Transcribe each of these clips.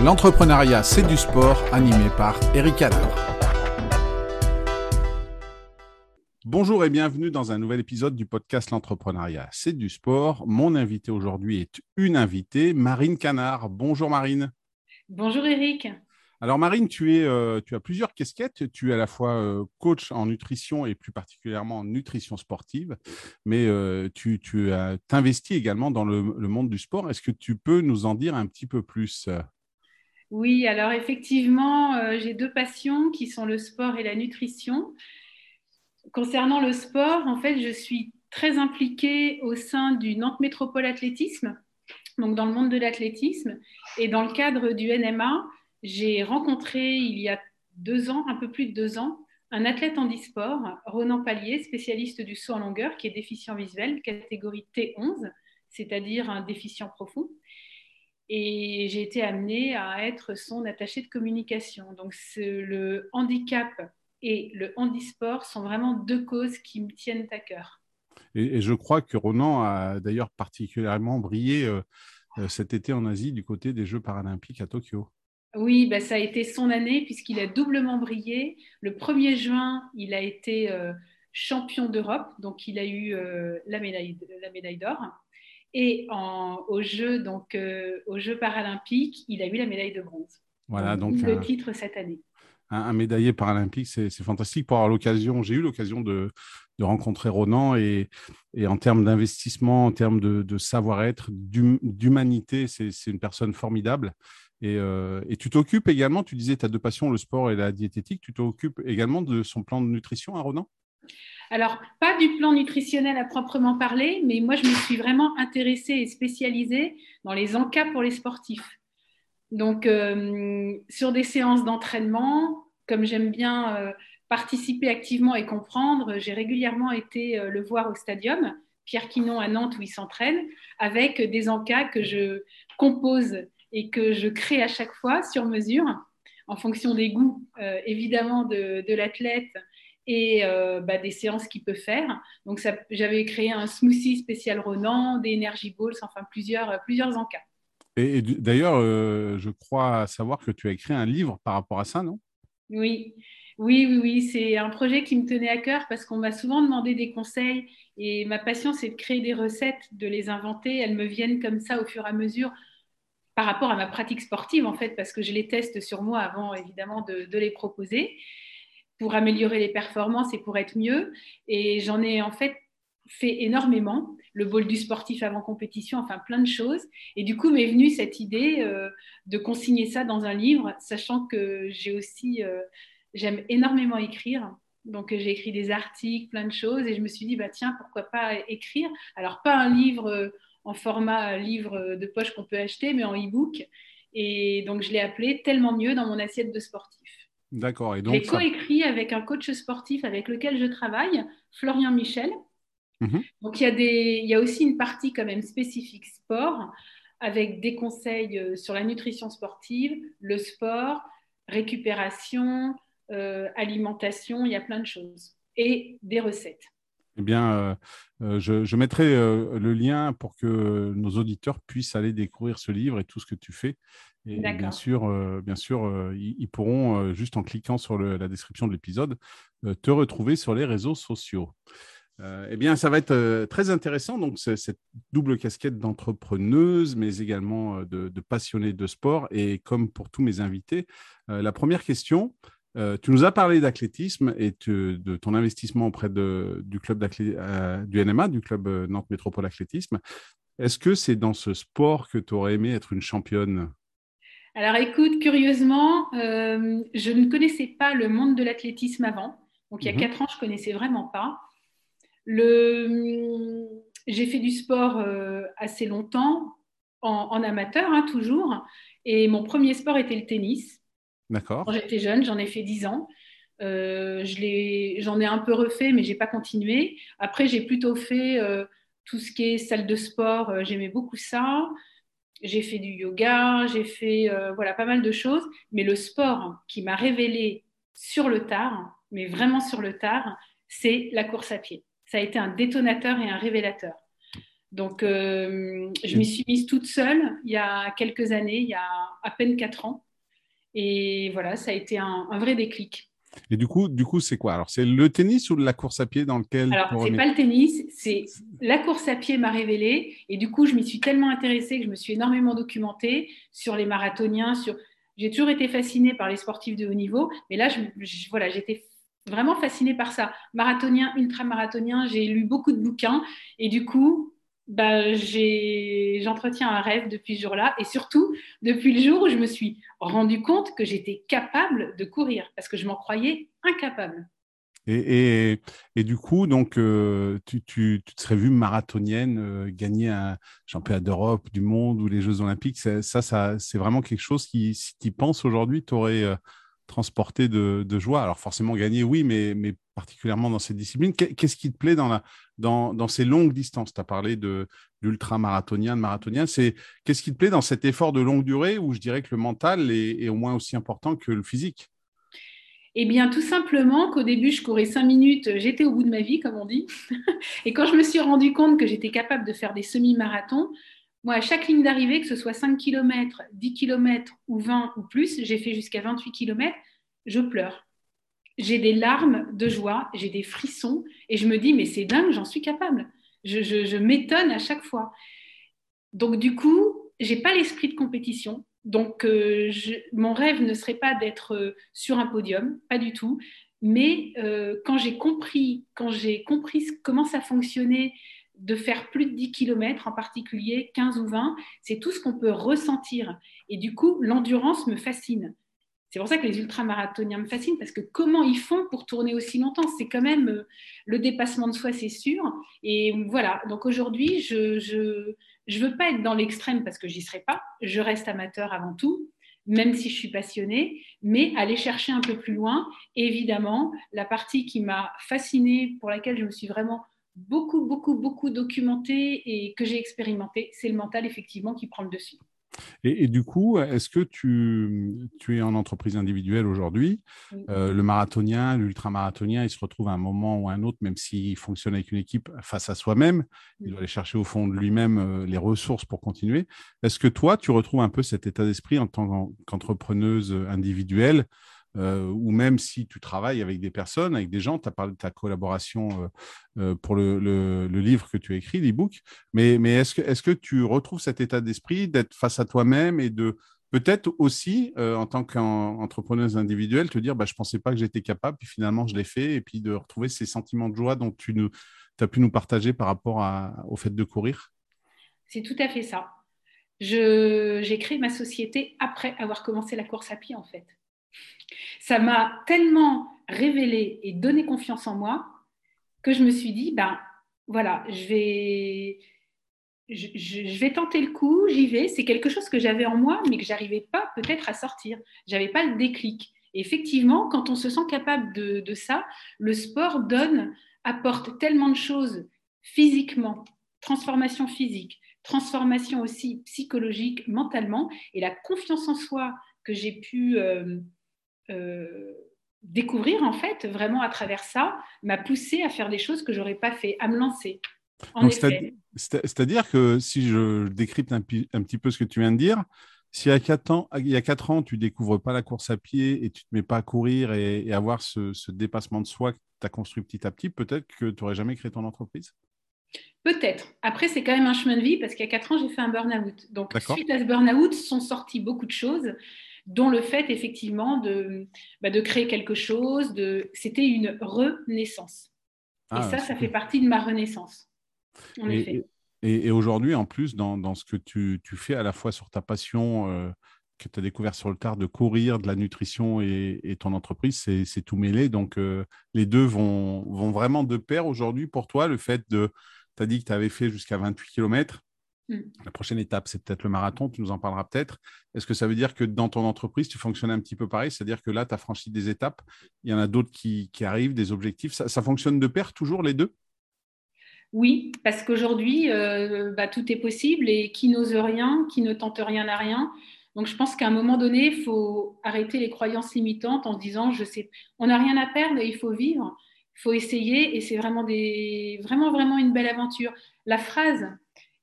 L'entrepreneuriat, c'est du sport, animé par Eric Hader. Bonjour et bienvenue dans un nouvel épisode du podcast L'entrepreneuriat, c'est du sport. Mon invité aujourd'hui est une invitée, Marine Canard. Bonjour Marine. Bonjour Eric. Alors Marine, tu as plusieurs casquettes. Tu es à la fois coach en nutrition et plus particulièrement en nutrition sportive, mais tu t'investis également dans le monde du sport. Est-ce que tu peux nous en dire un petit peu plus? Oui, alors effectivement, j'ai deux passions qui sont le sport et la nutrition. Concernant le sport, en fait, je suis très impliquée au sein du Nantes Métropole Athlétisme, donc dans le monde de l'athlétisme. Et dans le cadre du NMA, j'ai rencontré il y a 2 ans, un peu plus de 2 ans, un athlète handisport, Ronan Pallier, spécialiste du saut en longueur, qui est déficient visuel, catégorie T11, c'est-à-dire un déficient profond. Et j'ai été amenée à être son attachée de communication. Donc le handicap et le handisport sont vraiment deux causes qui me tiennent à cœur. Et je crois que Ronan a d'ailleurs particulièrement brillé cet été en Asie du côté des Jeux paralympiques à Tokyo. Oui, bah, ça a été son année puisqu'il a doublement brillé. Le 1er juin, il a été champion d'Europe, donc il a eu la médaille d'or. Et aux Jeux paralympiques, il a eu la médaille de bronze. Voilà, Donc donc double titre cette année. un médaillé paralympique, c'est fantastique pour avoir l'occasion. J'ai eu l'occasion de rencontrer Ronan et en termes d'investissement, en termes de savoir-être, d'humanité, c'est une personne formidable. Et tu t'occupes également, tu disais, tu as deux passions, le sport et la diététique, tu t'occupes également de son plan de nutrition à Ronan? Alors, pas du plan nutritionnel à proprement parler, mais moi, je me suis vraiment intéressée et spécialisée dans les encas pour les sportifs. Donc, sur des séances d'entraînement, comme j'aime bien participer activement et comprendre, j'ai régulièrement été le voir au stadium, Pierre Quinon à Nantes, où il s'entraîne, avec des encas que je compose et que je crée à chaque fois sur mesure, en fonction des goûts, évidemment, de l'athlète et des séances qu'il peut faire. Donc, j'avais créé un smoothie spécial Ronan, des Energy Balls, enfin plusieurs encas. Et d'ailleurs, je crois savoir que tu as écrit un livre par rapport à ça, non? Oui, oui, oui, oui, c'est un projet qui me tenait à cœur parce qu'on m'a souvent demandé des conseils et ma passion, c'est de créer des recettes, de les inventer. Elles me viennent comme ça au fur et à mesure par rapport à ma pratique sportive, en fait, parce que je les teste sur moi avant, évidemment, de les proposer pour améliorer les performances et pour être mieux. Et j'en ai en fait fait énormément, le bol du sportif avant compétition, enfin plein de choses. Et du coup, m'est venue cette idée de consigner ça dans un livre, sachant que j'aime énormément écrire. Donc, j'ai écrit des articles, plein de choses, et je me suis dit, bah, tiens, pourquoi pas écrire? Alors, pas un livre en format livre de poche qu'on peut acheter, mais en e-book. Et donc, je l'ai appelé Tellement mieux dans mon assiette de sportif. D'accord. Et Je l'ai donc, ça. coécrit avec un coach sportif avec lequel je travaille, Florian Michel. Mhm. Donc, il y a aussi une partie quand même spécifique sport, avec des conseils sur la nutrition sportive, le sport, récupération, alimentation, il y a plein de choses. Et des recettes. Eh bien, je mettrai le lien pour que nos auditeurs puissent aller découvrir ce livre et tout ce que tu fais. Et D'accord. bien sûr ils pourront, juste en cliquant sur la description de l'épisode, te retrouver sur les réseaux sociaux. Eh bien, ça va être très intéressant. Donc, cette double casquette d'entrepreneuse, mais également de passionnée de sport. Et comme pour tous mes invités, la première question, tu nous as parlé d'athlétisme et de ton investissement auprès du club du NMA, du club Nantes Métropole Athlétisme. Est-ce que c'est dans ce sport que tu aurais aimé être une championne? Alors écoute, curieusement, je ne connaissais pas le monde de l'athlétisme avant. Donc il y a Mhm. 4 ans, je ne connaissais vraiment pas. Le... J'ai fait du sport assez longtemps, en amateur, hein, toujours. Et mon premier sport était le tennis. Quand D'accord. j'étais jeune, j'en ai fait 10 ans. J'en ai un peu refait, mais je n'ai pas continué. Après, j'ai plutôt fait tout ce qui est salle de sport. J'aimais beaucoup ça. J'ai fait du yoga, j'ai fait voilà, pas mal de choses. Mais le sport qui m'a révélé sur le tard, mais vraiment sur le tard, c'est la course à pied. Ça a été un détonateur et un révélateur. Donc, je m'y suis mise toute seule il y a quelques années, il y a à peine 4 ans. Et voilà, ça a été un vrai déclic. Et du coup, c'est quoi? Alors, c'est le tennis ou la course à pied dans lequel tu Alors, c'est remets? pas le tennis, c'est la course à pied m'a révélé. Et du coup, je m'y suis tellement intéressée que je me suis énormément documentée sur les marathoniens. J'ai toujours été fascinée par les sportifs de haut niveau. Mais là, voilà, j'étais vraiment fascinée par ça. Marathonien, ultra-marathonien, j'ai lu beaucoup de bouquins. Et du coup, bah, j'entretiens un rêve depuis ce jour-là. Et surtout, depuis le jour où je me suis rendu compte que j'étais capable de courir. Parce que je m'en croyais incapable. Et, et, et du coup, donc, tu te serais vue marathonienne, gagner un championnat d'Europe, du monde ou les Jeux Olympiques. C'est vraiment quelque chose qui, si tu y penses aujourd'hui, t'aurais transporté de joie. Alors forcément, gagner, oui, mais particulièrement dans cette discipline. Qu'est-ce qui te plaît dans ces longues distances? Tu as parlé d'ultra-marathonien, de marathonien. Qu'est-ce qui te plaît dans cet effort de longue durée où je dirais que le mental est au moins aussi important que le physique? Eh bien, tout simplement qu'au début, je courais 5 minutes, j'étais au bout de ma vie, comme on dit. Et quand je me suis rendu compte que j'étais capable de faire des semi-marathons, moi, à chaque ligne d'arrivée, que ce soit 5 km, 10 km ou 20 ou plus, j'ai fait jusqu'à 28 km, je pleure. J'ai des larmes de joie, j'ai des frissons, et je me dis, mais c'est dingue, j'en suis capable. Je m'étonne à chaque fois. Donc, du coup, j'ai pas l'esprit de compétition. Donc, mon rêve ne serait pas d'être sur un podium, pas du tout. Mais quand j'ai compris comment ça fonctionnait, de faire plus de 10 km en particulier, 15 ou 20, c'est tout ce qu'on peut ressentir. Et du coup, l'endurance me fascine. C'est pour ça que les ultramarathoniens me fascinent, parce que comment ils font pour tourner aussi longtemps? C'est quand même le dépassement de soi, c'est sûr. Et voilà, donc aujourd'hui, je veux pas être dans l'extrême parce que j'y serai pas. Je reste amateur avant tout, même si je suis passionnée, mais aller chercher un peu plus loin. Et évidemment, la partie qui m'a fascinée, pour laquelle je me suis vraiment beaucoup, beaucoup, beaucoup documentée et que j'ai expérimenté, c'est le mental, effectivement, qui prend le dessus. Et du coup, est-ce que tu es en entreprise individuelle aujourd'hui? Le marathonien, l'ultramarathonien, il se retrouve à un moment ou à un autre, même s'il fonctionne avec une équipe face à soi-même, il doit aller chercher au fond de lui-même les ressources pour continuer. Est-ce que toi, tu retrouves un peu cet état d'esprit en tant qu'entrepreneuse individuelle, ou même si tu travailles avec des personnes, avec des gens, tu as parlé de ta collaboration pour le livre que tu as écrit, l'e-book, mais est-ce que tu retrouves cet état d'esprit d'être face à toi-même et de peut-être aussi, en tant qu'entrepreneuse individuelle, te dire, bah, je ne pensais pas que j'étais capable, puis finalement, je l'ai fait, et puis de retrouver ces sentiments de joie dont tu as pu nous partager par rapport au fait de courir? C'est tout à fait ça. J'ai créé ma société après avoir commencé la course à pied, en fait. Ça m'a tellement révélé et donné confiance en moi que je me suis dit, ben voilà, je vais tenter le coup, j'y vais. C'est quelque chose que j'avais en moi, mais que j'arrivais pas peut-être à sortir. J'avais pas le déclic. Et effectivement, quand on se sent capable de ça, le sport apporte tellement de choses physiquement, transformation physique, transformation aussi psychologique, mentalement, et la confiance en soi que j'ai pu euh, découvrir en fait vraiment à travers ça m'a poussée à faire des choses que j'aurais pas fait, à me lancer. En Donc, effet. c'est-à-dire que si je décrypte un petit peu ce que tu viens de dire, si à 4 ans, il y a 4 ans, tu découvres pas la course à pied et tu te mets pas à courir et avoir ce dépassement de soi que tu as construit petit à petit, peut-être que tu n'aurais jamais créé ton entreprise. Peut-être. Après, c'est quand même un chemin de vie parce qu'il y a 4 ans, j'ai fait un burn-out. Donc, D'accord? suite à ce burn-out, sont sorties beaucoup de choses, dont le fait effectivement de créer quelque chose. C'était une renaissance. Et Ah, ça fait super. partie de ma renaissance, en Et, effet. et, et aujourd'hui, en plus, dans ce que tu fais à la fois sur ta passion que tu as découvert sur le tard de courir, de la nutrition et ton entreprise, c'est tout mêlé. Donc, les deux vont vraiment de pair aujourd'hui pour toi. Le fait de, tu as dit que tu avais fait jusqu'à 28 km. Mm. La prochaine étape, c'est peut-être le marathon. Tu nous en parleras peut-être. Est-ce que ça veut dire que dans ton entreprise, tu fonctionnes un petit peu pareil? C'est-à-dire que là, tu as franchi des étapes. Il y en a d'autres qui arrivent, des objectifs. Ça fonctionne de pair toujours, les deux? Oui, parce qu'aujourd'hui, tout est possible et qui n'ose rien, qui ne tente rien n'a rien. Donc, je pense qu'à un moment donné, il faut arrêter les croyances limitantes en se disant, je sais, on n'a rien à perdre, il faut vivre, il faut essayer et c'est vraiment vraiment, vraiment une belle aventure. La phrase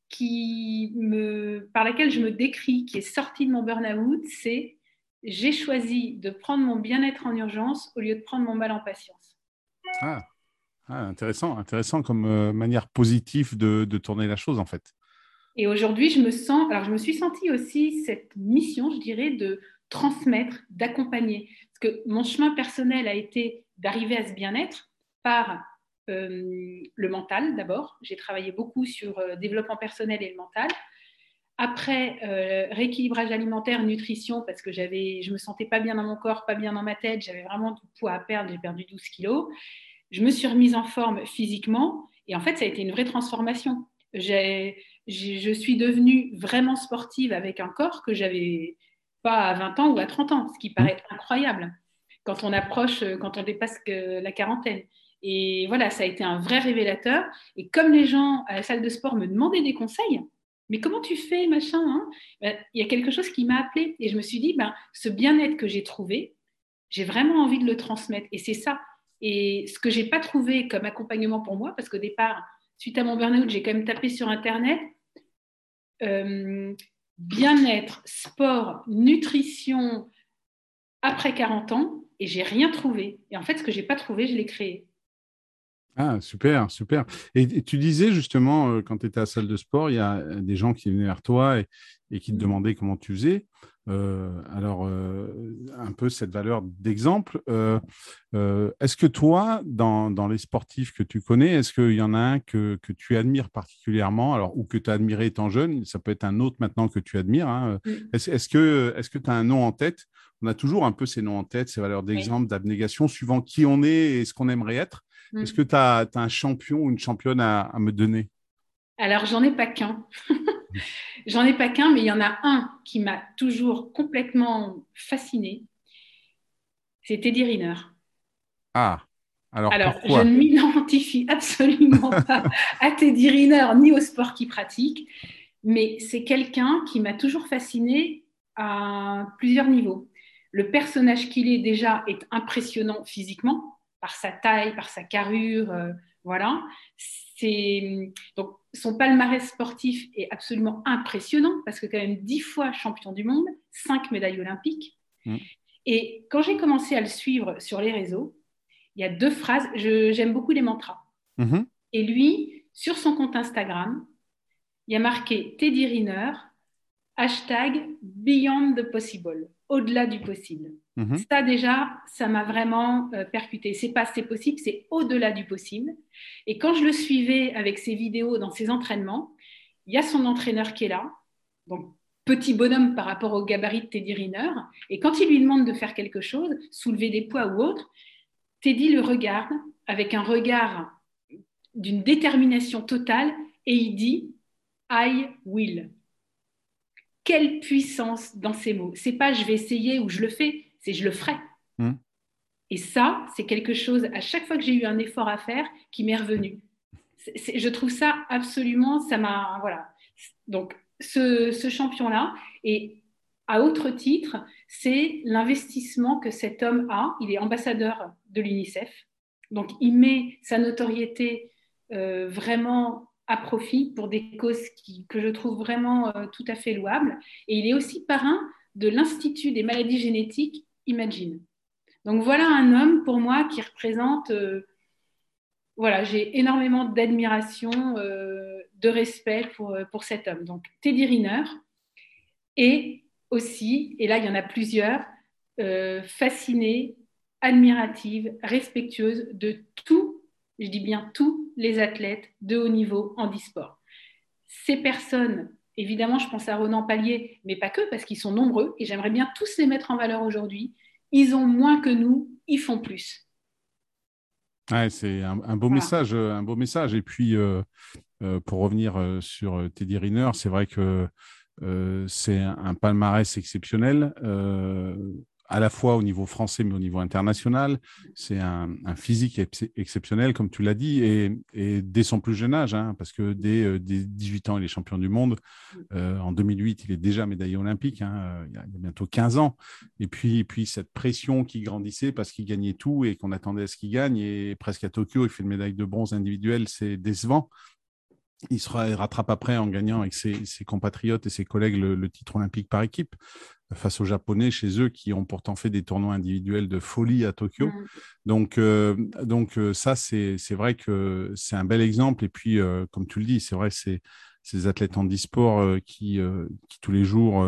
par laquelle je me décris, qui est sortie de mon burn-out, c'est j'ai choisi de prendre mon bien-être en urgence au lieu de prendre mon mal en patience. Ah, intéressant comme manière positive de tourner la chose, en fait. Et aujourd'hui, je me suis sentie aussi cette mission, je dirais, de transmettre, d'accompagner. Parce que mon chemin personnel a été d'arriver à ce bien-être par le mental d'abord. J'ai travaillé beaucoup sur développement personnel et le mental. Après, rééquilibrage alimentaire, nutrition, parce que je me sentais pas bien dans mon corps, pas bien dans ma tête, j'avais vraiment du poids à perdre, j'ai perdu 12 kilos. Je me suis remise en forme physiquement et en fait, ça a été une vraie transformation. Je suis devenue vraiment sportive avec un corps que j'avais pas à 20 ans ou à 30 ans, ce qui Hmm. paraît incroyable quand on dépasse la quarantaine. Et voilà, ça a été un vrai révélateur. Et comme les gens à la salle de sport me demandaient des conseils, mais comment tu fais, machin, hein, ben, il y a quelque chose qui m'a appelée et je me suis dit, ben, ce bien-être que j'ai trouvé, j'ai vraiment envie de le transmettre. Et c'est ça. Et ce que j'ai pas trouvé comme accompagnement pour moi, parce qu'au départ, suite à mon burn-out, j'ai quand même tapé sur Internet euh, bien-être, sport, nutrition après 40 ans, et j'ai rien trouvé. Et en fait, ce que j'ai pas trouvé, je l'ai créé. Ah, super, super. Et tu disais justement, quand tu étais à la salle de sport, il y a des gens qui venaient vers toi et qui te demandaient comment tu faisais. Un peu cette valeur d'exemple. Est-ce que toi, dans les sportifs que tu connais, est-ce qu'il y en a un que tu admires particulièrement, alors, ou que tu as admiré étant jeune? Ça peut être un autre maintenant que tu admires, hein. Mm. Est-ce que tu as un nom en tête? On a toujours un peu ces noms en tête, ces valeurs Oui. d'exemple, d'abnégation, suivant qui on est et ce qu'on aimerait être. Est-ce Mm. que tu as un champion ou une championne à me donner? Alors, j'en ai pas qu'un. J'en ai pas qu'un, mais il y en a un qui m'a toujours complètement fascinée. C'est Teddy Riner. Ah, alors Alors, je pourquoi? ne m'identifie absolument pas à Teddy Riner ni au sport qu'il pratique, mais c'est quelqu'un qui m'a toujours fascinée à plusieurs niveaux. Le personnage qu'il est déjà est impressionnant physiquement, par sa taille, par sa carrure, voilà. Donc, son palmarès sportif est absolument impressionnant, parce que quand même 10 fois champion du monde, 5 médailles olympiques. Hmm. Et quand j'ai commencé à le suivre sur les réseaux, il y a deux phrases. J'aime beaucoup les mantras. Mhm, Et lui, sur son compte Instagram, il y a marqué Teddy Riner, hashtag Beyond the Possible, au-delà du possible. mhm. Ça déjà, ça m'a vraiment percuté. C'est pas c'est possible, c'est au-delà du possible. Et quand je le suivais avec ses vidéos dans ses entraînements, il y a son entraîneur qui est là, donc petit bonhomme par rapport au gabarit de Teddy Riner. Et quand il lui demande de faire quelque chose, soulever des poids ou autre, Teddy le regarde avec un regard d'une détermination totale et il dit I will. Quelle puissance dans ces mots. C'est pas je vais essayer ou je le fais, c'est je le ferai. Hmm. Et ça, c'est quelque chose, à chaque fois que j'ai eu un effort à faire, qui m'est revenu. Je trouve ça absolument, ça m'a. Voilà. Donc, ce champion-là, et à autre titre, c'est l'investissement que cet homme a. Il est ambassadeur de l'UNICEF. Donc, il met sa notoriété vraiment à profit pour des causes que je trouve vraiment tout à fait louables. Et il est aussi parrain de l'Institut des maladies génétiques Imagine. Donc voilà un homme pour moi qui représente, voilà, j'ai énormément d'admiration, de respect pour cet homme. Donc Teddy Riner et aussi, et là il y en a plusieurs, fascinée, admirative, respectueuse de tous, je dis bien tous les athlètes de haut niveau en e-sport. Ces personnes, évidemment, je pense à Ronan Pallier, mais pas que, parce qu'ils sont nombreux et j'aimerais bien tous les mettre en valeur aujourd'hui. Ils ont moins que nous, ils font plus. Ouais, c'est un beau Voilà. message, un beau message. Et puis, pour revenir sur Teddy Riner, c'est vrai que c'est un palmarès exceptionnel, à la fois au niveau français, mais au niveau international. C'est un physique exceptionnel, comme tu l'as dit, et dès son plus jeune âge, hein, parce que dès 18 ans, il est champion du monde. En 2008, il est déjà médaillé olympique, hein, il y a bientôt 15 ans. Et puis, cette pression qui grandissait parce qu'il gagnait tout et qu'on attendait à ce qu'il gagne. Et presque à Tokyo, il fait une médaille de bronze individuelle, c'est décevant. il rattrape après en gagnant avec ses compatriotes et ses collègues le titre olympique par équipe face aux Japonais chez eux qui ont pourtant fait des tournois individuels de folie à Tokyo. Donc ça, c'est vrai que c'est un bel exemple. Et puis, comme tu le dis, c'est vrai, c'est ces athlètes en e-sport qui tous les jours,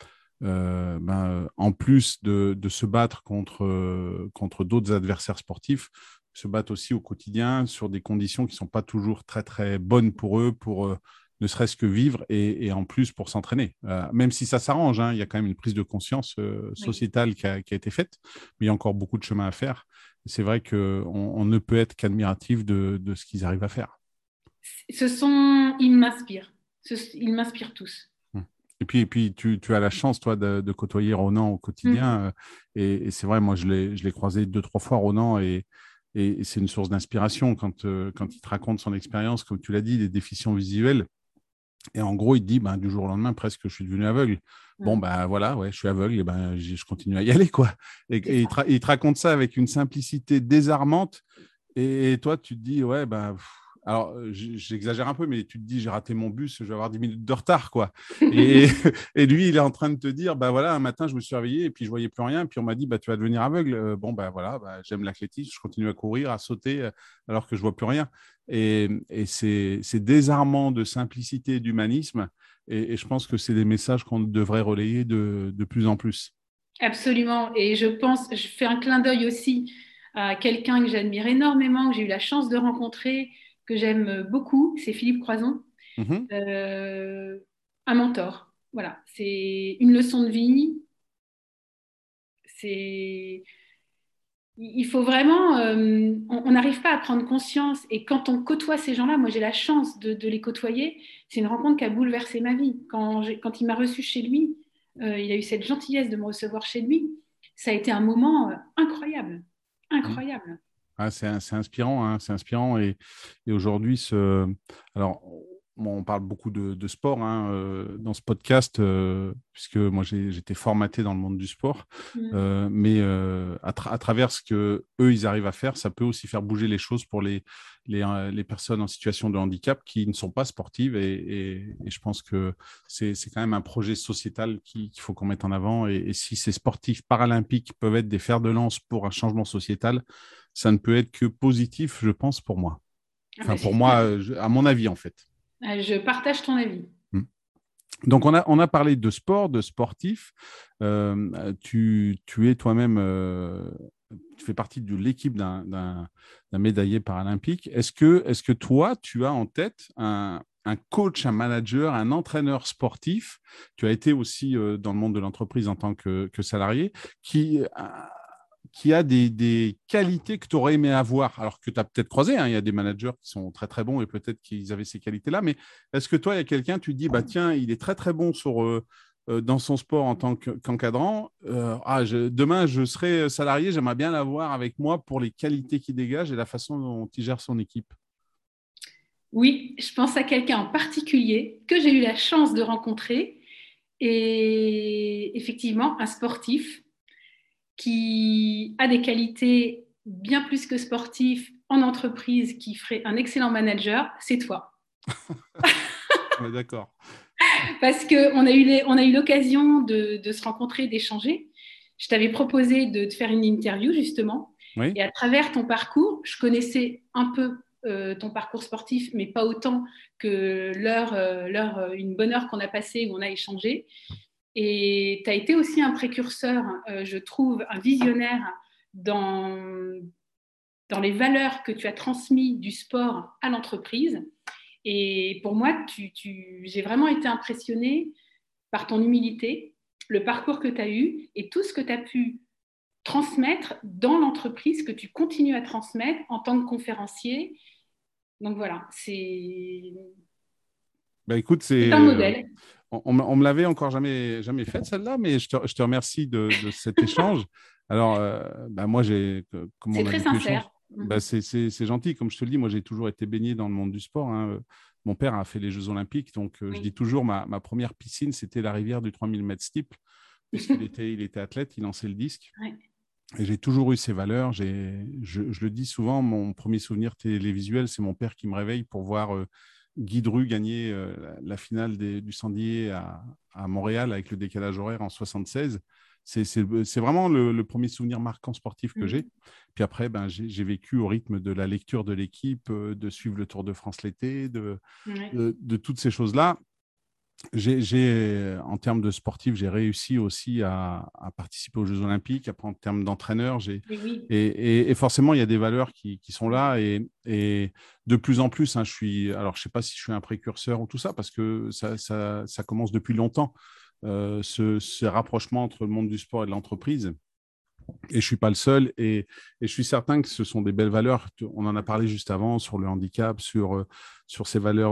en plus de se battre contre d'autres adversaires sportifs, se battent aussi au quotidien sur des conditions qui ne sont pas toujours très, très bonnes pour eux, pour ne serait-ce que vivre et en plus pour s'entraîner. Même si ça s'arrange, hein, il y a quand même une prise de conscience sociétale qui a été faite, mais il y a encore beaucoup de chemin à faire. C'est vrai qu'on ne peut être qu'admiratif de ce qu'ils arrivent à faire. Ils m'inspirent. Ils m'inspirent tous. Et puis tu as la chance, toi, de côtoyer Ronan au quotidien. Et c'est vrai, moi, je l'ai croisé 2, 3 fois, Ronan, et c'est une source d'inspiration quand il te raconte son expérience, comme tu l'as dit, des déficients visuels. Et en gros, il te dit, ben, du jour au lendemain, presque, je suis devenu aveugle. Bon, ben voilà, ouais, je suis aveugle, et ben, je continue à y aller, quoi. Et il te raconte ça avec une simplicité désarmante. Et toi, tu te dis, ouais, ben, alors j'exagère un peu, mais tu te dis, j'ai raté mon bus, je vais avoir 10 minutes de retard, quoi. Et, et lui, il est en train de te dire, ben voilà, un matin, je me suis réveillé et puis je voyais plus rien. Puis on m'a dit, bah, tu vas devenir aveugle. Bon, ben voilà, j'aime l'athlétisme, je continue à courir, à sauter, alors que je vois plus rien. Et c'est désarmant de simplicité et d'humanisme. Et je pense que c'est des messages qu'on devrait relayer de plus en plus. Absolument. Et je fais un clin d'œil aussi à quelqu'un que j'admire énormément, que j'ai eu la chance de rencontrer, que j'aime beaucoup, c'est Philippe Croison, Mhm. euh, un mentor. Voilà, c'est une leçon de vie. C'est, il faut vraiment, on n'arrive pas à prendre conscience. Et quand on côtoie ces gens-là, moi j'ai la chance de les côtoyer. C'est une rencontre qui a bouleversé ma vie. Quand il m'a reçu chez lui, il a eu cette gentillesse de me recevoir chez lui. Ça a été un moment incroyable, Mhm. incroyable. Ah, c'est inspirant, hein, c'est inspirant. Et aujourd'hui, alors, on parle beaucoup de sport hein, dans ce podcast, puisque moi, j'étais formaté dans le monde du sport. Mm. Mais à travers ce que eux, ils arrivent à faire, ça peut aussi faire bouger les choses pour les personnes en situation de handicap qui ne sont pas sportives. Et je pense que c'est quand même un projet sociétal qu'il faut qu'on mette en avant. Et si ces sportifs paralympiques peuvent être des fers de lance pour un changement sociétal, ça ne peut être que positif, je pense, pour moi. Ah Enfin, bah, pour c'est moi, sûr. à mon avis, en fait. Je partage ton avis. Mm. Donc, on a parlé de sport, de sportifs. Tu es toi-même, tu fais partie de l'équipe d'un médaillé paralympique. Est-ce que toi, tu as en tête un coach, un manager, un entraîneur sportif, tu as été aussi dans le monde de l'entreprise en tant que salarié, qui a des qualités que tu aurais aimé avoir, alors que tu as peut-être croisé, hein, il y a des managers qui sont très très bons et peut-être qu'ils avaient ces qualités-là, mais est-ce que toi, il y a quelqu'un, tu te dis, bah, tiens, il est très très bon dans son sport en tant qu'encadrant, demain je serai salarié, j'aimerais bien l'avoir avec moi pour les qualités qu'il dégage et la façon dont il gère son équipe. Oui, je pense à quelqu'un en particulier que j'ai eu la chance de rencontrer et effectivement un sportif qui a des qualités bien plus que sportif en entreprise, qui ferait un excellent manager, c'est toi. Ouais, d'accord. Parce qu'on a eu l'occasion de se rencontrer, d'échanger. Je t'avais proposé de te faire une interview, justement. Oui. Et à travers ton parcours, je connaissais un peu ton parcours sportif, mais pas autant que une bonne heure qu'on a passée où on a échangé. Et tu as été aussi un précurseur, je trouve, un visionnaire dans, dans les valeurs que tu as transmises du sport à l'entreprise. Et pour moi, j'ai vraiment été impressionnée par ton humilité, le parcours que tu as eu et tout ce que tu as pu transmettre dans l'entreprise, que tu continues à transmettre en tant que conférencier. Donc voilà, Bah, écoute, c'est un modèle. on me l'avait encore jamais faite celle-là, mais je te remercie de cet échange. Alors, bah, moi, comme C'est on a très beaucoup sincère. échangé, bah, c'est gentil. Comme je te le dis, moi, j'ai toujours été baigné dans le monde du sport, hein. Mon père a fait les Jeux Olympiques, donc je dis Oui. toujours, ma première piscine, c'était la rivière du 3000 mètres steeple, il était athlète, il lançait le disque. Ouais. Et j'ai toujours eu ces valeurs. Je le dis souvent, mon premier souvenir télévisuel, c'est mon père qui me réveille pour voir Guy Dru gagner la finale du Sandier à Montréal avec le décalage horaire en 76. C'est vraiment le premier souvenir marquant sportif que j'ai. Puis après, j'ai vécu au rythme de la lecture de l'équipe, de suivre le Tour de France l'été, de toutes ces choses-là. En termes de sportif, j'ai réussi aussi à participer aux Jeux Olympiques. Après, en termes d'entraîneur, et forcément, il y a des valeurs qui sont là. Et de plus en plus, alors, je ne sais pas si je suis un précurseur ou tout ça, parce que ça commence depuis longtemps, ce rapprochement entre le monde du sport et de l'entreprise. Et je ne suis pas le seul. Et je suis certain que ce sont des belles valeurs. On en a parlé juste avant sur le handicap, sur ces valeurs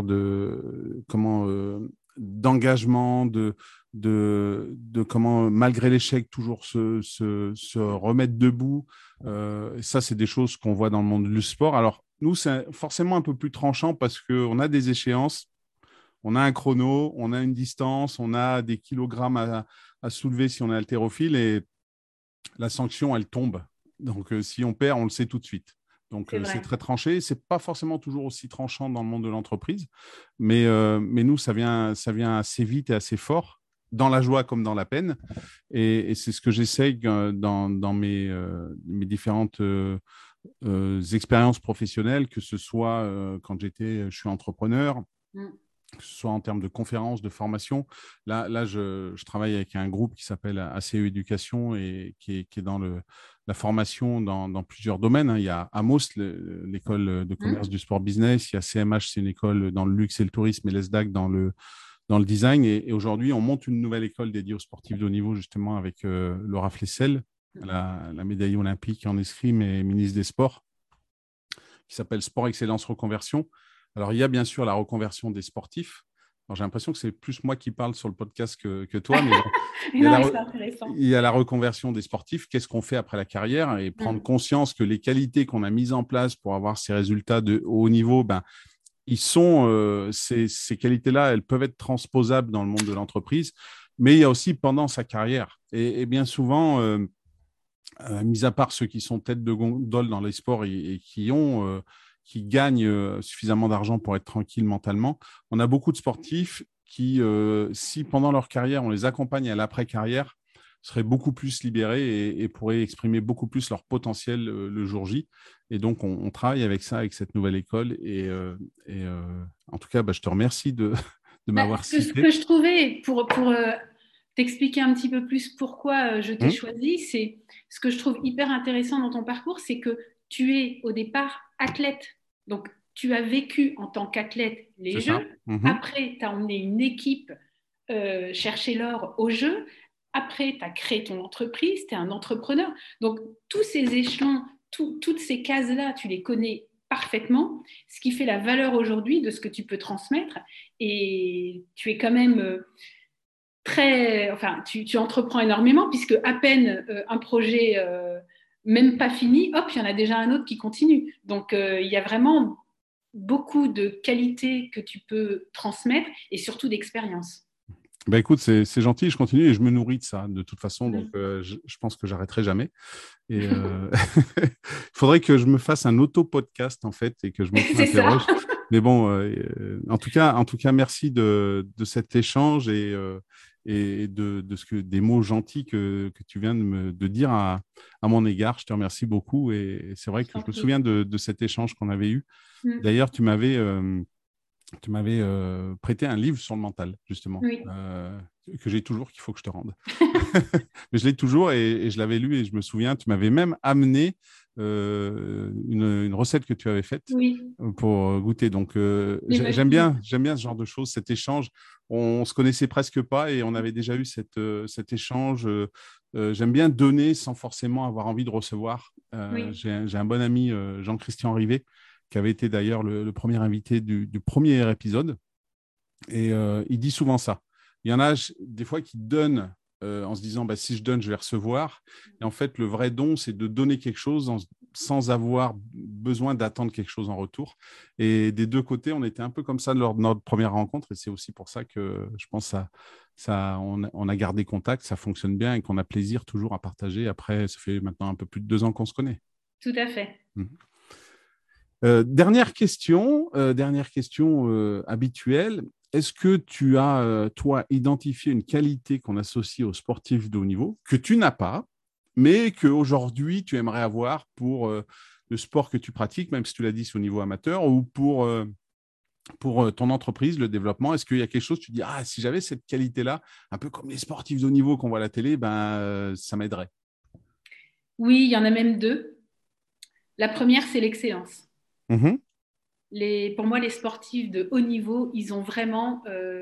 d'engagement, de comment, malgré l'échec, toujours se remettre debout. Ça, c'est des choses qu'on voit dans le monde du sport. Alors, nous, c'est forcément un peu plus tranchant parce qu'on a des échéances, on a un chrono, on a une distance, on a des kilogrammes à soulever si on est haltérophile et la sanction, elle tombe. Donc, si on perd, on le sait tout de suite. Donc, c'est très tranché. Ce n'est pas forcément toujours aussi tranchant dans le monde de l'entreprise, mais nous, ça vient assez vite et assez fort, dans la joie comme dans la peine. Et c'est ce que j'essaye dans mes différentes expériences professionnelles, que ce soit quand je suis entrepreneur, que ce soit en termes de conférences, de formation. Là je travaille avec un groupe qui s'appelle ACE Éducation et qui est dans la formation dans plusieurs domaines. Il y a Amos, l'école de commerce du sport business. Il y a CMH, c'est une école dans le luxe et le tourisme, et l'ESDAC dans le design. Et aujourd'hui, on monte une nouvelle école dédiée aux sportifs de haut niveau, justement, avec Laura Flessel, la médaille olympique en escrime et ministre des Sports, qui s'appelle Sport Excellence Reconversion. Alors, il y a bien sûr la reconversion des sportifs. Alors, j'ai l'impression que c'est plus moi qui parle sur le podcast que toi, mais bon, il y a la reconversion des sportifs. Qu'est-ce qu'on fait après la carrière et prendre conscience que les qualités qu'on a mises en place pour avoir ces résultats de haut niveau, ces qualités-là, elles peuvent être transposables dans le monde de l'entreprise, mais il y a aussi pendant sa carrière. Et bien souvent, mis à part ceux qui sont tête de gondole dans les sports et qui gagnent suffisamment d'argent pour être tranquille mentalement, on a beaucoup de sportifs qui, si pendant leur carrière, on les accompagne à l'après-carrière, seraient beaucoup plus libérés et pourraient exprimer beaucoup plus leur potentiel le jour J. Et donc, on travaille avec ça, avec cette nouvelle école. Et en tout cas, je te remercie de m'avoir cité. Ce que je trouvais, pour t'expliquer un petit peu plus pourquoi je t'ai choisi, c'est ce que je trouve hyper intéressant dans ton parcours, c'est que tu es au départ athlète. Donc, tu as vécu en tant qu'athlète les Jeux. Après, tu as emmené une équipe chercher l'or aux Jeux. Après, tu as créé ton entreprise, tu es un entrepreneur. Donc, tous ces échelons, toutes ces cases-là, tu les connais parfaitement, ce qui fait la valeur aujourd'hui de ce que tu peux transmettre. Et tu es quand même tu entreprends énormément, puisque à peine un projet même pas fini, hop, il y en a déjà un autre qui continue. Donc, il y a vraiment beaucoup de qualités que tu peux transmettre et surtout d'expérience. Écoute, c'est gentil, je continue et je me nourris de ça de toute façon, donc je pense que j'arrêterai jamais. Et il faudrait que je me fasse un auto-podcast en fait et que je m'interroge. Mais bon, en tout cas, merci de cet échange et des mots gentils que tu viens de dire à mon égard. Je te remercie beaucoup et c'est vrai que je me souviens de cet échange qu'on avait eu. D'ailleurs, tu m'avais prêté un livre sur le mental, justement, que j'ai toujours, qu'il faut que je te rende. Mais je l'ai toujours et je l'avais lu et je me souviens, tu m'avais même amené une recette que tu avais faite pour goûter. Donc, j'aime bien ce genre de choses, cet échange. On se connaissait presque pas et on avait déjà eu cet échange. J'aime bien donner sans forcément avoir envie de recevoir. J'ai un bon ami, Jean-Christian Rivet, qui avait été d'ailleurs le premier invité du premier épisode. Et il dit souvent ça. Il y en a des fois qui donnent en se disant si je donne, je vais recevoir. Et en fait, le vrai don, c'est de donner quelque chose sans avoir besoin d'attendre quelque chose en retour. Et des deux côtés, on était un peu comme ça lors de notre première rencontre. Et c'est aussi pour ça que je pense on a gardé contact, ça fonctionne bien et qu'on a plaisir toujours à partager. Après, ça fait maintenant un peu plus de 2 ans qu'on se connaît. Tout à fait. Dernière question habituelle. Est-ce que tu as, toi, identifié une qualité qu'on associe aux sportifs de haut niveau que tu n'as pas, mais qu'aujourd'hui, tu aimerais avoir pour le sport que tu pratiques, même si tu l'as dit, c'est au niveau amateur, ou pour ton entreprise, le développement? Est-ce qu'il y a quelque chose, tu dis, ah, si j'avais cette qualité-là, un peu comme les sportifs de haut niveau qu'on voit à la télé, ça m'aiderait. Oui, il y en a même deux. La première, c'est l'excellence. Mhm. Pour moi, les sportifs de haut niveau, ils ont vraiment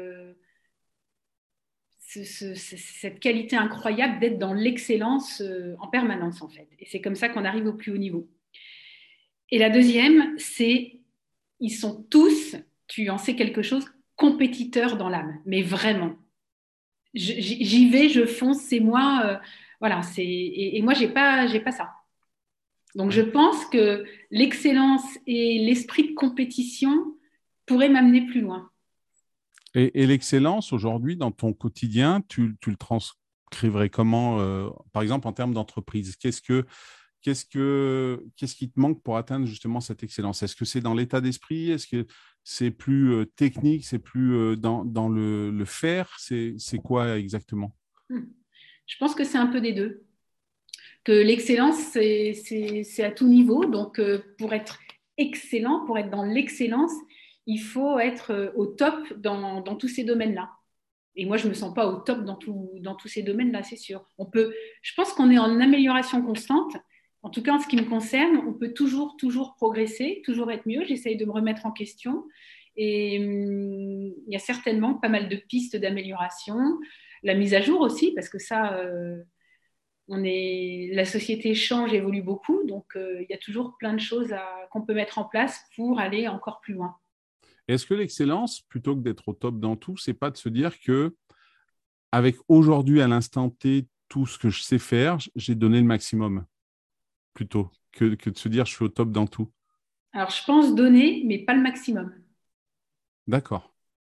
cette qualité incroyable d'être dans l'excellence en permanence, en fait. Et c'est comme ça qu'on arrive au plus haut niveau. Et la deuxième, c'est ils sont tous, tu en sais quelque chose, compétiteurs dans l'âme, mais vraiment. J'y vais, je fonce, c'est moi, voilà. Et moi, j'ai pas ça. Donc, je pense que l'excellence et l'esprit de compétition pourraient m'amener plus loin. Et l'excellence, aujourd'hui, dans ton quotidien, tu le transcriverais comment, par exemple, en termes d'entreprise? Qu'est-ce qui te manque pour atteindre justement cette excellence? Est-ce que c'est dans l'état d'esprit? Est-ce que c'est plus technique? C'est plus dans le faire? C'est quoi exactement? Je pense que c'est un peu des deux. Que l'excellence, c'est à tout niveau. Donc, pour être excellent, pour être dans l'excellence, il faut être au top dans tous ces domaines-là. Et moi, je ne me sens pas au top dans tous ces domaines-là, c'est sûr. Je pense qu'on est en amélioration constante. En tout cas, en ce qui me concerne, on peut toujours progresser, toujours être mieux. J'essaye de me remettre en question. Et il y a certainement pas mal de pistes d'amélioration. La mise à jour aussi, parce que ça, la société change, évolue beaucoup. Donc, il y a toujours plein de choses qu'on peut mettre en place pour aller encore plus loin. Est-ce que l'excellence, plutôt que d'être au top dans tout, c'est pas de se dire que avec aujourd'hui, à l'instant T, tout ce que je sais faire, j'ai donné le maximum, plutôt que de se dire je suis au top dans tout? Alors, je pense donner, mais pas le maximum. D'accord.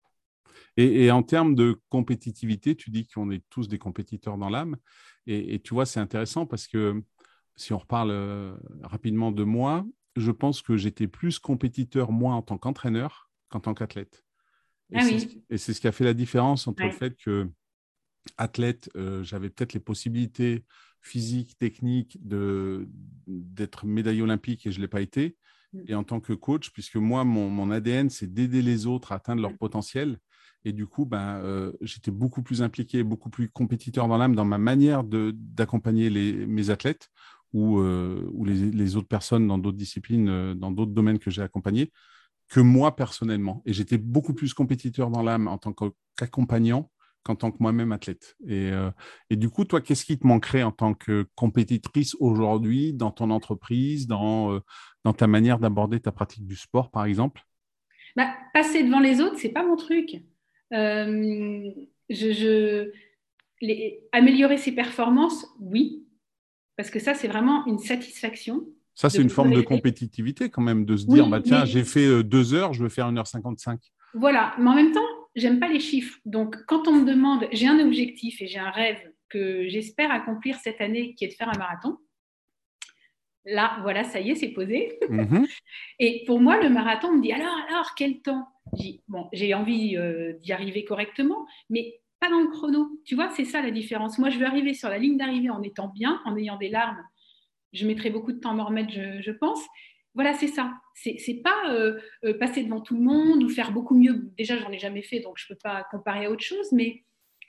Et en termes de compétitivité, tu dis qu'on est tous des compétiteurs dans l'âme. Et tu vois, c'est intéressant parce que si on reparle rapidement de moi, je pense que j'étais plus compétiteur, moi, en tant qu'entraîneur qu'en tant qu'athlète. Ah oui, Et c'est ce qui a fait la différence entre le ouais. fait que athlète, j'avais peut-être les possibilités physiques, techniques d'être médaillé olympique et je ne l'ai pas été. Et en tant que coach, puisque moi, mon ADN, c'est d'aider les autres à atteindre leur potentiel. Et du coup, j'étais beaucoup plus impliqué, beaucoup plus compétiteur dans l'âme, dans ma manière d'accompagner mes athlètes ou les autres personnes dans d'autres disciplines, dans d'autres domaines que j'ai accompagnés, que moi personnellement. Et j'étais beaucoup plus compétiteur dans l'âme en tant qu'accompagnant qu'en tant que moi-même athlète. Et du coup, toi, qu'est-ce qui te manquerait en tant que compétitrice aujourd'hui dans ton entreprise, dans ta manière d'aborder ta pratique du sport, par exemple? Bah, passer devant les autres, c'est pas mon truc. Euh, je, je- Améliorer ses performances, oui, parce que ça, c'est vraiment une satisfaction Ça, de c'est une forme de progresser. compétitivité quand même, de se dire, Oui, tiens, mais j'ai fait 2 heures, je veux faire 1h55. voilà. Mais en même temps, j'aime pas les chiffres. Donc, quand on me demande, j'ai un objectif et j'ai un rêve que j'espère accomplir cette année, qui est de faire un marathon. Là, voilà, ça y est, c'est posé. Mhm. Et pour moi, le marathon, on me dit alors, quel temps? Bon, j'ai envie d'y arriver correctement, mais pas dans le chrono. Tu vois, c'est ça la différence. Moi, je veux arriver sur la ligne d'arrivée en étant bien, en ayant des larmes. Je mettrai beaucoup de temps à me remettre, je pense. Voilà, c'est ça. C'est pas passer devant tout le monde ou faire beaucoup mieux. Déjà, j'en ai jamais fait, donc je peux pas comparer à autre chose, mais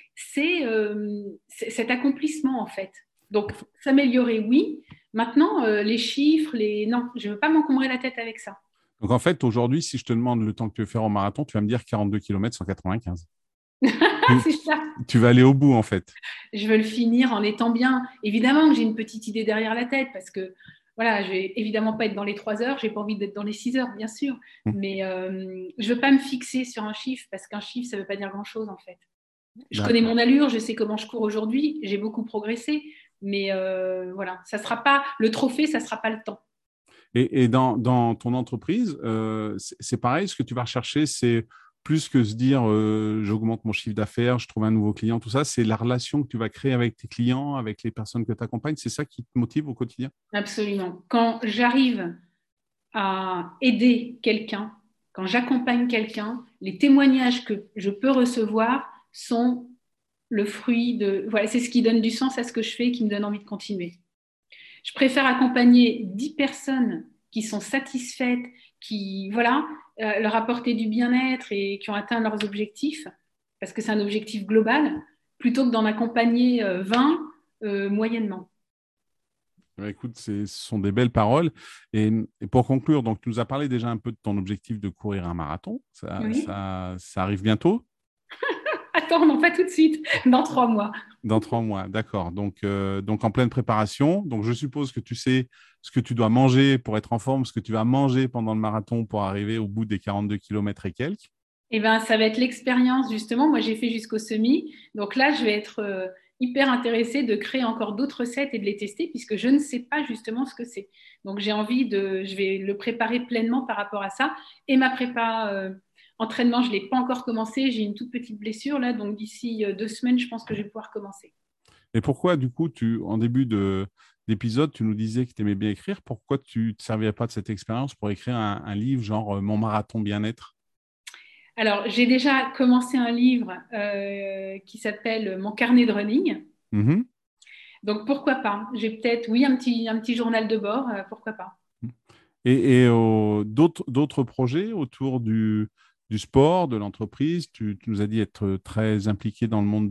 c'est cet accomplissement, en fait. Donc, s'améliorer, oui. Maintenant, les chiffres, non, je ne veux pas m'encombrer la tête avec ça. Donc, en fait, aujourd'hui, si je te demande le temps que tu veux faire au marathon, tu vas me dire 42 km 195. Tu, C'est ça. tu vas aller au bout, en fait. Je veux le finir en étant bien. Évidemment que j'ai une petite idée derrière la tête parce que voilà, je vais évidemment pas être dans les 3 heures, j'ai pas envie d'être dans les 6 heures, bien sûr. Mais je veux pas me fixer sur un chiffre parce qu'un chiffre, ça veut pas dire grand-chose en fait. Je connais D'accord. mon allure, je sais comment je cours aujourd'hui, j'ai beaucoup progressé, mais voilà, ça sera pas le trophée, ça sera pas le temps. Et dans ton entreprise, c'est pareil, ce que tu vas rechercher, c'est plus que se dire j'augmente mon chiffre d'affaires, je trouve un nouveau client, tout ça, c'est la relation que tu vas créer avec tes clients, avec les personnes que tu accompagnes, c'est ça qui te motive au quotidien? Absolument. Quand j'arrive à aider quelqu'un, quand j'accompagne quelqu'un, les témoignages que je peux recevoir sont le fruit de... Voilà, c'est ce qui donne du sens à ce que je fais et qui me donne envie de continuer. Je préfère accompagner 10 personnes qui sont satisfaites, qui, voilà, leur apporter du bien-être et qui ont atteint leurs objectifs, parce que c'est un objectif global, plutôt que d'en accompagner 20 moyennement. Écoute, ce sont des belles paroles. Et pour conclure, donc, tu nous as parlé déjà un peu de ton objectif de courir un marathon. Oui. Ça arrive bientôt? Attends, non, pas tout de suite, dans 3 mois. Dans 3 mois, d'accord. Donc, en pleine préparation. Donc, je suppose que tu sais ce que tu dois manger pour être en forme, ce que tu vas manger pendant le marathon pour arriver au bout des 42 kilomètres et quelques. Eh ben, ça va être l'expérience, justement. Moi, j'ai fait jusqu'au semi. Donc là, je vais être hyper intéressée de créer encore d'autres recettes et de les tester, puisque je ne sais pas justement ce que c'est. Donc, je vais le préparer pleinement par rapport à ça. Et ma prépa entraînement, je ne l'ai pas encore commencé. J'ai une toute petite blessure là. Donc, d'ici 2 semaines, je pense que je vais pouvoir commencer. Et pourquoi, du coup, en début d'épisode, tu nous disais que tu aimais bien écrire. Pourquoi tu ne te servirais pas de cette expérience pour écrire un livre genre Mon marathon bien-être? Alors, j'ai déjà commencé un livre qui s'appelle Mon carnet de running. Mhm. Donc, pourquoi pas? J'ai peut-être, oui, un petit journal de bord, pourquoi pas? Et d'autres projets autour du sport, de l'entreprise. Tu nous as dit être très impliqué dans le monde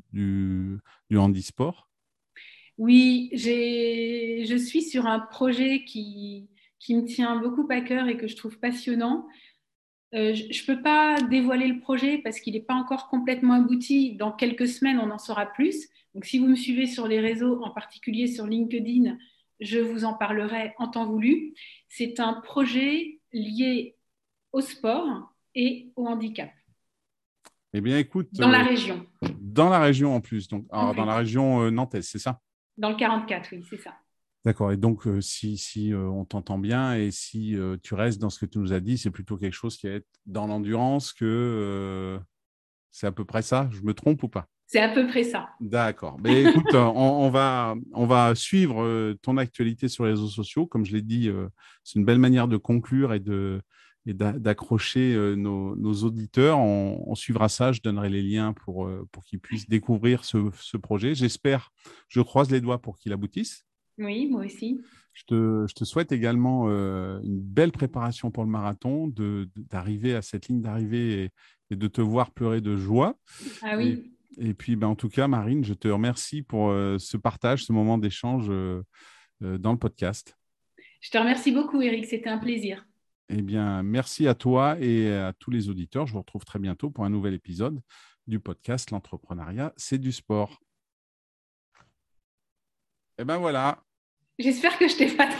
du handisport. Oui, je suis sur un projet qui me tient beaucoup à cœur et que je trouve passionnant. Je ne peux pas dévoiler le projet parce qu'il n'est pas encore complètement abouti. Dans quelques semaines, on en saura plus. Donc, si vous me suivez sur les réseaux, en particulier sur LinkedIn, je vous en parlerai en temps voulu. C'est un projet lié au sport et au handicap Eh bien, écoute, dans la région. dans la région en plus, donc En alors, dans plus, la région nantaise, c'est ça? dans le 44, oui, c'est ça. D'accord. Et donc, si on t'entend bien et si tu restes dans ce que tu nous as dit, c'est plutôt quelque chose qui est dans l'endurance que c'est à peu près ça. Je me trompe ou pas? C'est à peu près ça. D'accord. Mais écoute, on va suivre ton actualité sur les réseaux sociaux. Comme je l'ai dit, c'est une belle manière de conclure et d'accrocher nos auditeurs. On suivra ça. Je donnerai les liens pour qu'ils puissent découvrir ce projet. J'espère, je croise les doigts pour qu'il aboutisse. Oui, moi aussi. Je te souhaite également une belle préparation pour le marathon, d'arriver à cette ligne d'arrivée et de te voir pleurer de joie. Ah Et, oui, et puis, en tout cas, Marine, je te remercie pour ce partage, ce moment d'échange dans le podcast. je te remercie beaucoup, Eric. C'était un plaisir. Eh bien, merci à toi et à tous les auditeurs. Je vous retrouve très bientôt pour un nouvel épisode du podcast L'entrepreneuriat, c'est du sport. Et ben voilà. J'espère que je t'ai pas